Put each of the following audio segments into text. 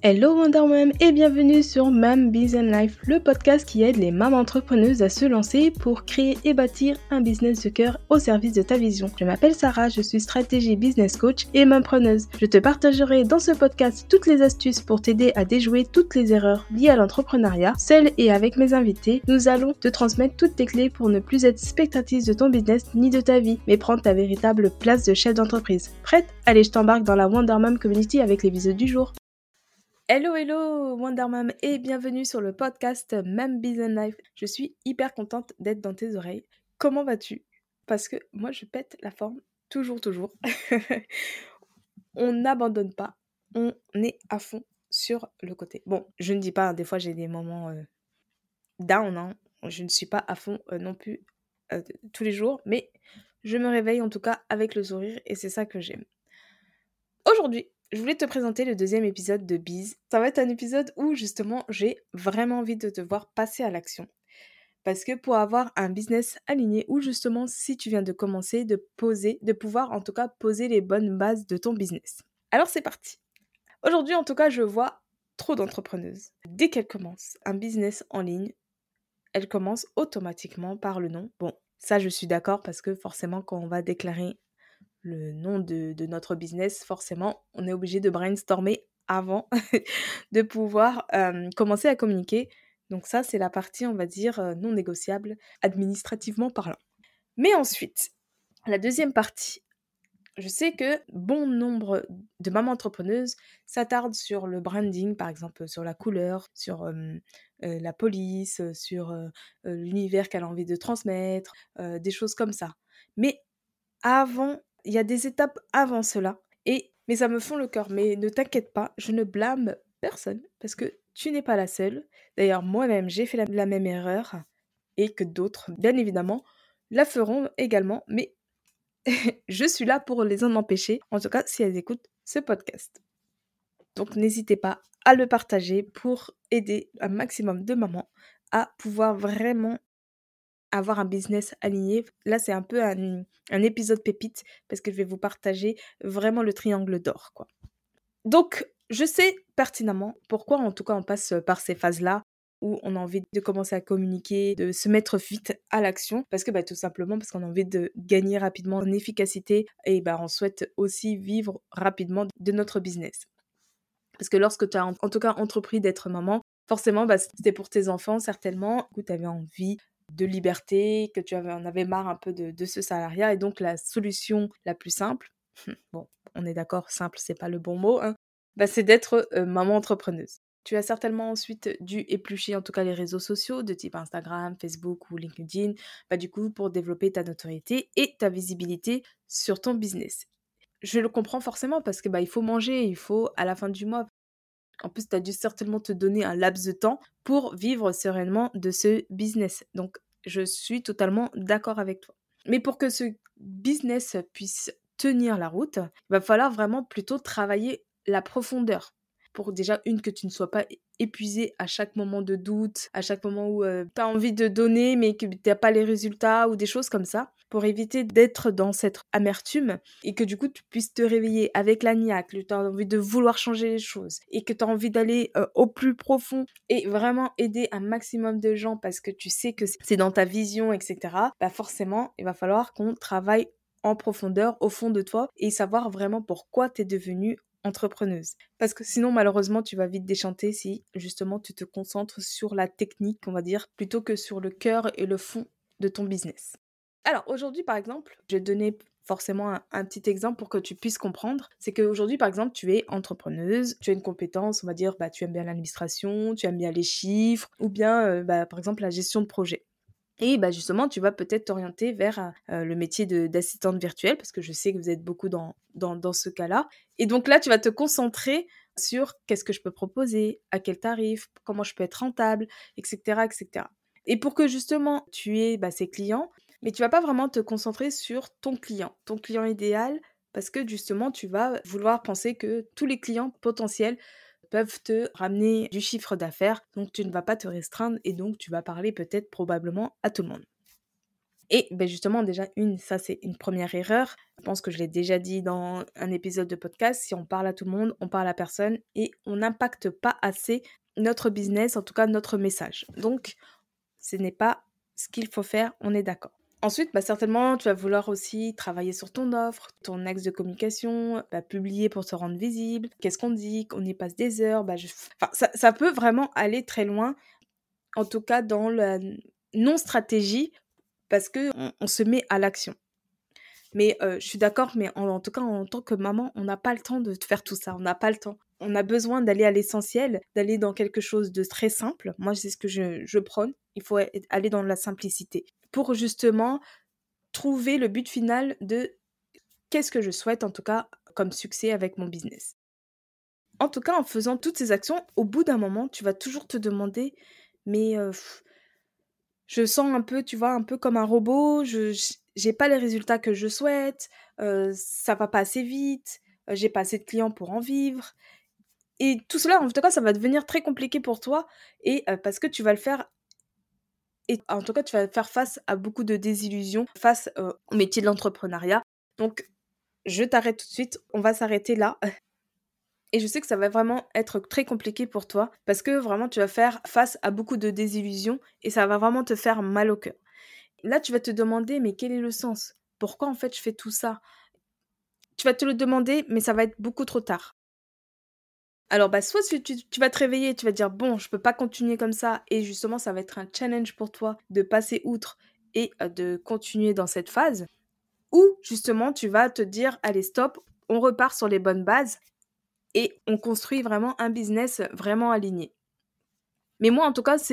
Hello Wonder Mom et bienvenue sur Mom Biz and Life, le podcast qui aide les mamans entrepreneuses à se lancer pour créer et bâtir un business de cœur au service de ta vision. Je m'appelle Sarah, je suis stratégie business coach et mompreneuse. Je te partagerai dans ce podcast toutes les astuces pour t'aider à déjouer toutes les erreurs liées à l'entrepreneuriat. Seule et avec mes invités, nous allons te transmettre toutes tes clés pour ne plus être spectatrice de ton business ni de ta vie, mais prendre ta véritable place de chef d'entreprise. Prête? Allez, je t'embarque dans la Wonder Mom Community avec l'épisode du jour. Hello Wonder Mom et bienvenue sur le podcast Mom Biz and Life. Je suis hyper contente d'être dans tes oreilles. Comment vas-tu? Parce que moi je pète la forme toujours. On n'abandonne pas, on est à fond sur le côté. Bon, je ne dis pas, des fois j'ai des moments down, hein. Je ne suis pas à fond non plus tous les jours, mais je me réveille en tout cas avec le sourire et c'est ça que j'aime. Aujourd'hui, je voulais te présenter le deuxième épisode de Biz. Ça va être un épisode où justement j'ai vraiment envie de te voir passer à l'action. Parce que pour avoir un business aligné ou justement si tu viens de commencer, de pouvoir en tout cas poser les bonnes bases de ton business. Alors c'est parti. Aujourd'hui en tout cas je vois trop d'entrepreneuses. Dès qu'elles commencent un business en ligne, elles commencent automatiquement par le nom. Bon, ça je suis d'accord parce que forcément quand on va déclarer le nom de notre business, forcément, on est obligé de brainstormer avant de pouvoir commencer à communiquer. Donc ça, c'est la partie, on va dire, non négociable, administrativement parlant. Mais ensuite, la deuxième partie, je sais que bon nombre de mamans entrepreneuses s'attardent sur le branding, par exemple sur la couleur, sur la police, sur l'univers qu'elle a envie de transmettre, des choses comme ça. Mais avant, il y a des étapes avant cela. Mais ça me fond le cœur. Mais ne t'inquiète pas, je ne blâme personne parce que tu n'es pas la seule. D'ailleurs, moi-même, j'ai fait la même erreur et que d'autres, bien évidemment, la feront également. Mais je suis là pour les en empêcher, en tout cas si elles écoutent ce podcast. Donc n'hésitez pas à le partager pour aider un maximum de mamans à pouvoir vraiment avoir un business aligné. Là, c'est un peu un épisode pépite parce que je vais vous partager vraiment le triangle d'or, quoi. Donc, je sais pertinemment pourquoi, en tout cas, on passe par ces phases-là où on a envie de commencer à communiquer, de se mettre vite à l'action parce que tout simplement parce qu'on a envie de gagner rapidement en efficacité et on souhaite aussi vivre rapidement de notre business. Parce que lorsque tu as en tout cas entrepris d'être maman, forcément, c'était pour tes enfants certainement, où tu avais envie de liberté, que tu en avais marre un peu de ce salariat. Et donc, la solution la plus simple, bon, on est d'accord, simple, c'est pas le bon mot, hein, c'est d'être maman entrepreneuse. Tu as certainement ensuite dû éplucher en tout cas les réseaux sociaux de type Instagram, Facebook ou LinkedIn, du coup, pour développer ta notoriété et ta visibilité sur ton business. Je le comprends forcément parce que il faut manger, il faut à la fin du mois. En plus, tu as dû certainement te donner un laps de temps pour vivre sereinement de ce business. Donc, je suis totalement d'accord avec toi. Mais pour que ce business puisse tenir la route, il va falloir vraiment plutôt travailler la profondeur. Pour déjà, que tu ne sois pas épuisé à chaque moment de doute, à chaque moment où tu as envie de donner mais que tu n'as pas les résultats ou des choses comme ça, pour éviter d'être dans cette amertume et que du coup tu puisses te réveiller avec la niaque, que tu as envie de vouloir changer les choses et que tu as envie d'aller au plus profond et vraiment aider un maximum de gens parce que tu sais que c'est dans ta vision, etc. Forcément, il va falloir qu'on travaille en profondeur au fond de toi et savoir vraiment pourquoi tu es devenue entrepreneuse. Parce que sinon, malheureusement, tu vas vite déchanter si justement tu te concentres sur la technique, on va dire, plutôt que sur le cœur et le fond de ton business. Alors aujourd'hui, par exemple, je vais te donner forcément un petit exemple pour que tu puisses comprendre. C'est qu'aujourd'hui, par exemple, tu es entrepreneuse, tu as une compétence, on va dire, tu aimes bien l'administration, tu aimes bien les chiffres, ou bien, par exemple, la gestion de projet. Et justement, tu vas peut-être t'orienter vers le métier d'assistante virtuelle, parce que je sais que vous êtes beaucoup dans ce cas-là. Et donc là, tu vas te concentrer sur qu'est-ce que je peux proposer, à quel tarif, comment je peux être rentable, etc. etc. Et pour que justement tu aies ces clients, mais tu vas pas vraiment te concentrer sur ton client idéal, parce que justement, tu vas vouloir penser que tous les clients potentiels peuvent te ramener du chiffre d'affaires, donc tu ne vas pas te restreindre et donc tu vas parler peut-être probablement à tout le monde. Et justement, déjà, ça c'est une première erreur. Je pense que je l'ai déjà dit dans un épisode de podcast, si on parle à tout le monde, on parle à personne et on n'impacte pas assez notre business, en tout cas notre message. Donc, ce n'est pas ce qu'il faut faire, on est d'accord. Ensuite, certainement, tu vas vouloir aussi travailler sur ton offre, ton axe de communication, publier pour te rendre visible. Qu'est-ce qu'on dit? On y passe des heures. Enfin, ça peut vraiment aller très loin, en tout cas dans la non-stratégie, parce qu'on se met à l'action. Mais je suis d'accord, mais en tout cas, en tant que maman, on n'a pas le temps de faire tout ça. On n'a pas le temps. On a besoin d'aller à l'essentiel, d'aller dans quelque chose de très simple. Moi, c'est ce que je prône. Il faut aller dans la simplicité pour justement trouver le but final de qu'est-ce que je souhaite, en tout cas, comme succès avec mon business. En tout cas, en faisant toutes ces actions, au bout d'un moment, tu vas toujours te demander, mais je sens un peu, tu vois, un peu comme un robot, j'ai pas les résultats que je souhaite, ça va pas assez vite, j'ai pas assez de clients pour en vivre. Et tout cela, en tout cas, ça va devenir très compliqué pour toi et parce que tu vas le faire et en tout cas, tu vas faire face à beaucoup de désillusions face au métier de l'entrepreneuriat. Donc, je t'arrête tout de suite, on va s'arrêter là. Et je sais que ça va vraiment être très compliqué pour toi parce que vraiment, tu vas faire face à beaucoup de désillusions et ça va vraiment te faire mal au cœur. Là, tu vas te demander, mais quel est le sens? Pourquoi en fait je fais tout ça? Tu vas te le demander, mais ça va être beaucoup trop tard. Alors, soit tu vas te réveiller, tu vas te dire, bon, je peux pas continuer comme ça, et justement, ça va être un challenge pour toi de passer outre et de continuer dans cette phase, ou justement, tu vas te dire, allez, stop, on repart sur les bonnes bases et on construit vraiment un business vraiment aligné. Mais moi,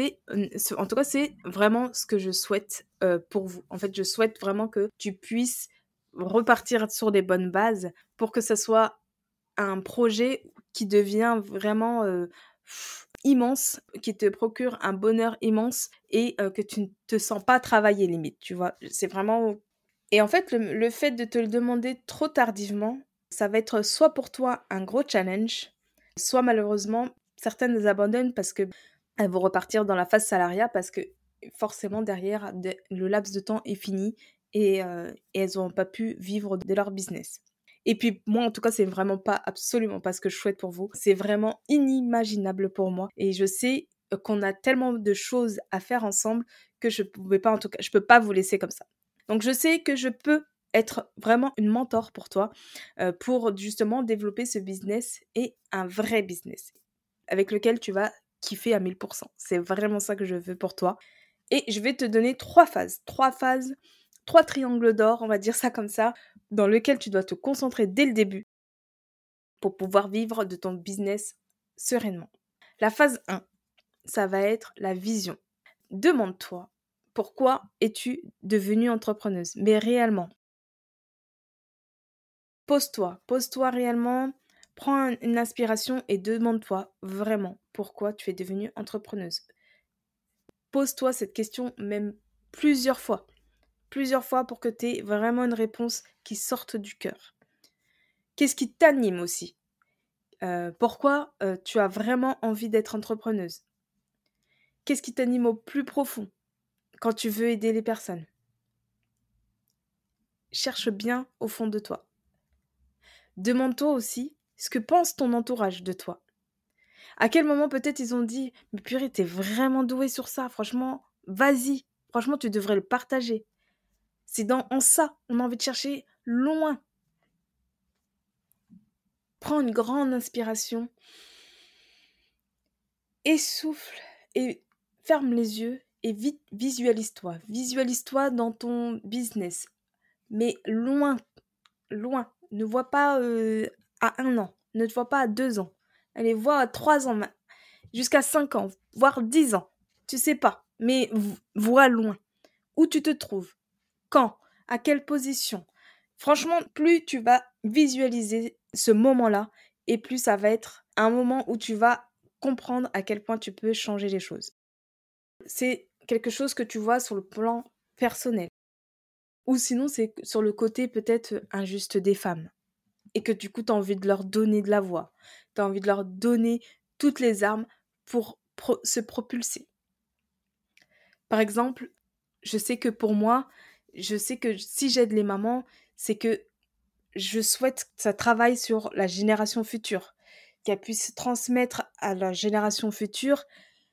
en tout cas, c'est vraiment ce que je souhaite pour vous. En fait, je souhaite vraiment que tu puisses repartir sur des bonnes bases pour que ce soit un projet qui devient vraiment immense, qui te procure un bonheur immense et que tu ne te sens pas travailler limite, tu vois. C'est vraiment... Et en fait, le fait de te le demander trop tardivement, ça va être soit pour toi un gros challenge, soit malheureusement, certaines les abandonnent parce que elles vont repartir dans la phase salariat parce que forcément derrière, le laps de temps est fini et elles n'ont pas pu vivre de leur business. Et puis moi, en tout cas, c'est vraiment pas, absolument pas ce que je souhaite pour vous. C'est vraiment inimaginable pour moi. Et je sais qu'on a tellement de choses à faire ensemble que je pouvais pas, en tout cas, je peux pas vous laisser comme ça. Donc je sais que je peux être vraiment une mentor pour toi, pour justement développer ce business et un vrai business avec lequel tu vas kiffer à 1000%. C'est vraiment ça que je veux pour toi. Et je vais te donner 3 phases, 3 triangles d'or, on va dire ça comme ça, dans lequel tu dois te concentrer dès le début pour pouvoir vivre de ton business sereinement. La phase 1, ça va être la vision. Demande-toi, pourquoi es-tu devenue entrepreneuse? Mais réellement. Pose-toi réellement, prends une inspiration et demande-toi vraiment pourquoi tu es devenue entrepreneuse. Pose-toi cette question même plusieurs fois pour que tu aies vraiment une réponse qui sorte du cœur. Qu'est-ce qui t'anime aussi? Pourquoi tu as vraiment envie d'être entrepreneuse? Qu'est-ce qui t'anime au plus profond quand tu veux aider les personnes? Cherche bien au fond de toi. Demande-toi aussi ce que pense ton entourage de toi. À quel moment peut-être ils ont dit mais purée, t'es vraiment douée sur ça, franchement, vas-y, franchement, tu devrais le partager. C'est en ça, on a envie de chercher loin. Prends une grande inspiration, essouffle et ferme les yeux et visualise-toi. Visualise-toi dans ton business, mais loin, loin. Ne vois pas à 1 an, ne te vois pas à 2 ans. Allez, vois à 3 ans, jusqu'à 5 ans, voire 10 ans. Tu sais pas, mais vois loin. Où tu te trouves? Quand? À quelle position? Franchement, plus tu vas visualiser ce moment-là, et plus ça va être un moment où tu vas comprendre à quel point tu peux changer les choses. C'est quelque chose que tu vois sur le plan personnel. Ou sinon, c'est sur le côté peut-être injuste des femmes. Et que du coup, tu as envie de leur donner de la voix. Tu as envie de leur donner toutes les armes pour se propulser. Par exemple, je sais que pour moi, Je sais que si j'aide les mamans, c'est que je souhaite que ça travaille sur la génération future, qu'elle puisse transmettre à la génération future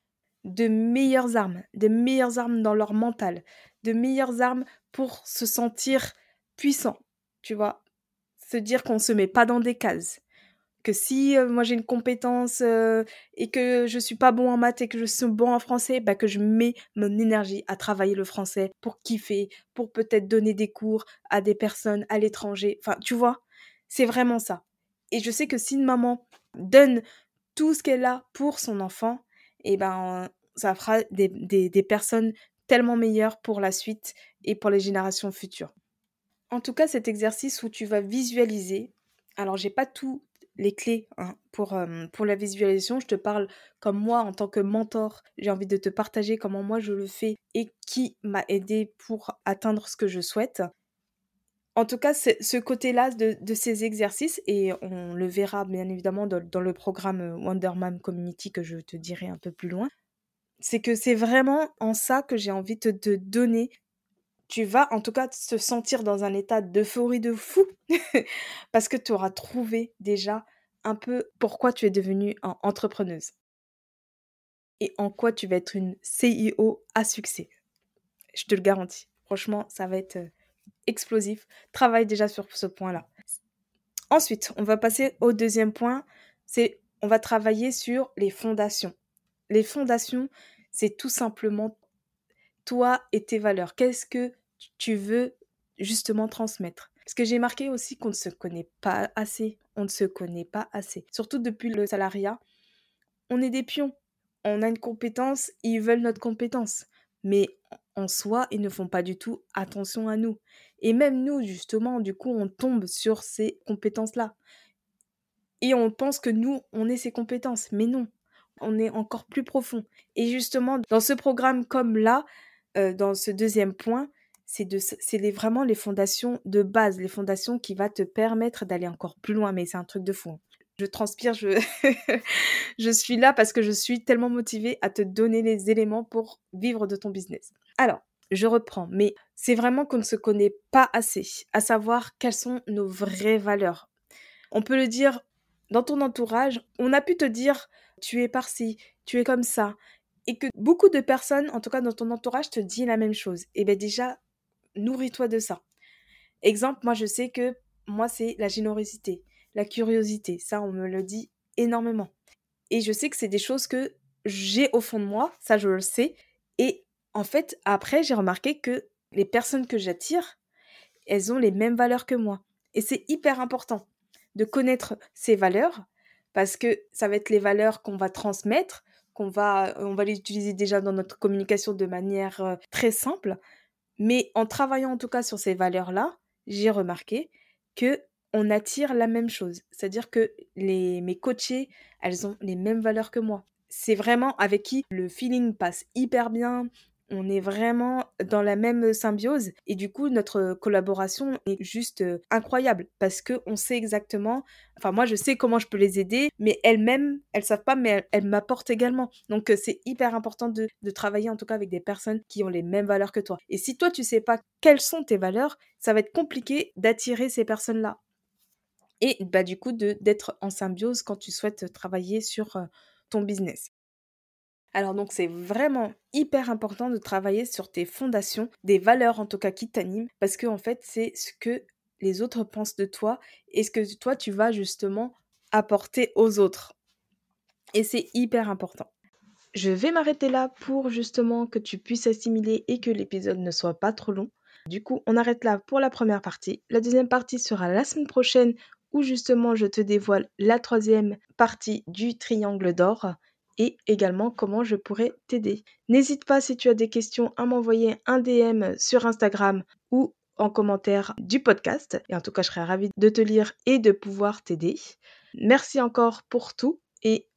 de meilleures armes dans leur mental, de meilleures armes pour se sentir puissant, tu vois? Se dire qu'on se met pas dans des cases. Que si, moi j'ai une compétence, et que je suis pas bon en maths et que je suis bon en français, bah, que je mets mon énergie à travailler le français pour kiffer, pour peut-être donner des cours à des personnes à l'étranger. Enfin, tu vois? C'est vraiment ça. Et je sais que si une maman donne tout ce qu'elle a pour son enfant, et ben, ça fera des personnes tellement meilleures pour la suite et pour les générations futures. En tout cas, cet exercice où tu vas visualiser, alors j'ai pas tous les clés, hein, pour la visualisation, je te parle comme moi en tant que mentor, j'ai envie de te partager comment moi je le fais et qui m'a aidé pour atteindre ce que je souhaite. En tout cas, ce côté-là de ces exercices, et on le verra bien évidemment dans le programme Wonder Mom Community que je te dirai un peu plus loin, c'est que c'est vraiment en ça que j'ai envie de te donner. Tu vas en tout cas te sentir dans un état d'euphorie de fou parce que tu auras trouvé déjà un peu pourquoi tu es devenue entrepreneuse et en quoi tu vas être une CIO à succès. Je te le garantis. Franchement, ça va être explosif. Travaille déjà sur ce point-là. Ensuite, on va passer au deuxième point, c'est on va travailler sur les fondations. Les fondations, c'est tout simplement toi et tes valeurs. Qu'est-ce que tu veux justement transmettre? Parce que j'ai marqué aussi qu'on ne se connaît pas assez. On ne se connaît pas assez. Surtout depuis le salariat, on est des pions. On a une compétence, ils veulent notre compétence. Mais en soi, ils ne font pas du tout attention à nous. Et même nous, justement, du coup, on tombe sur ces compétences-là. Et on pense que nous, on est ces compétences. Mais non, on est encore plus profond. Et justement, dans ce programme comme là, dans ce deuxième point, vraiment les fondations de base, les fondations qui va te permettre d'aller encore plus loin. Mais c'est un truc de fou, hein. Je transpire, je suis là parce que je suis tellement motivée à te donner les éléments pour vivre de ton business. Alors, je reprends, mais c'est vraiment qu'on ne se connaît pas assez, à savoir quelles sont nos vraies valeurs. On peut le dire dans ton entourage, on a pu te dire tu es par-ci, tu es comme ça, et que beaucoup de personnes, en tout cas dans ton entourage, te disent la même chose. Et bien déjà, nourris-toi de ça. Exemple, moi je sais que moi c'est la générosité, la curiosité, ça on me le dit énormément. Et je sais que c'est des choses que j'ai au fond de moi, ça je le sais. Et en fait, après, j'ai remarqué que les personnes que j'attire, elles ont les mêmes valeurs que moi. Et c'est hyper important de connaître ces valeurs parce que ça va être les valeurs qu'on va transmettre, on va les utiliser déjà dans notre communication de manière très simple. Mais en travaillant en tout cas sur ces valeurs-là, j'ai remarqué que on attire la même chose. C'est-à-dire que mes coachées, elles ont les mêmes valeurs que moi. C'est vraiment avec qui le feeling passe hyper bien. On est vraiment dans la même symbiose et du coup notre collaboration est juste incroyable parce que on sait exactement, enfin moi je sais comment je peux les aider, mais elles-mêmes elles savent pas, mais elles m'apportent également. Donc c'est hyper important de travailler en tout cas avec des personnes qui ont les mêmes valeurs que toi. Et si toi tu sais pas quelles sont tes valeurs, ça va être compliqué d'attirer ces personnes-là. Et bah du coup d'être en symbiose quand tu souhaites travailler sur ton business. Alors donc c'est vraiment hyper important de travailler sur tes fondations, des valeurs en tout cas qui t'animent, parce que en fait c'est ce que les autres pensent de toi et ce que toi tu vas justement apporter aux autres. Et c'est hyper important. Je vais m'arrêter là pour justement que tu puisses assimiler et que l'épisode ne soit pas trop long. Du coup, on arrête là pour la première partie. La deuxième partie sera la semaine prochaine où justement je te dévoile la troisième partie du triangle d'or et également comment je pourrais t'aider. N'hésite pas si tu as des questions à m'envoyer un DM sur Instagram ou en commentaire du podcast. Et en tout cas, je serais ravie de te lire et de pouvoir t'aider. Merci encore pour tout et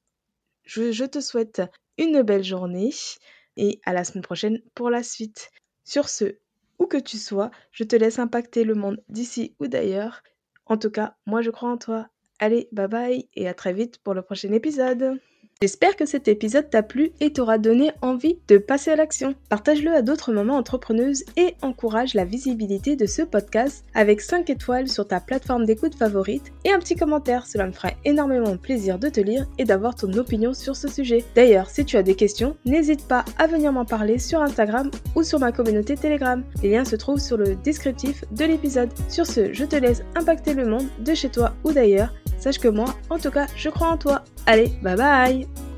je te souhaite une belle journée et à la semaine prochaine pour la suite. Sur ce, où que tu sois, je te laisse impacter le monde d'ici ou d'ailleurs. En tout cas, moi je crois en toi. Allez, bye bye et à très vite pour le prochain épisode. J'espère que cet épisode t'a plu et t'aura donné envie de passer à l'action. Partage-le à d'autres mamans entrepreneuses et encourage la visibilité de ce podcast avec 5 étoiles sur ta plateforme d'écoute favorite et un petit commentaire. Cela me fera énormément plaisir de te lire et d'avoir ton opinion sur ce sujet. D'ailleurs, si tu as des questions, n'hésite pas à venir m'en parler sur Instagram ou sur ma communauté Telegram. Les liens se trouvent sur le descriptif de l'épisode. Sur ce, je te laisse impacter le monde de chez toi ou d'ailleurs. Sache que moi, en tout cas, je crois en toi. Allez, bye bye!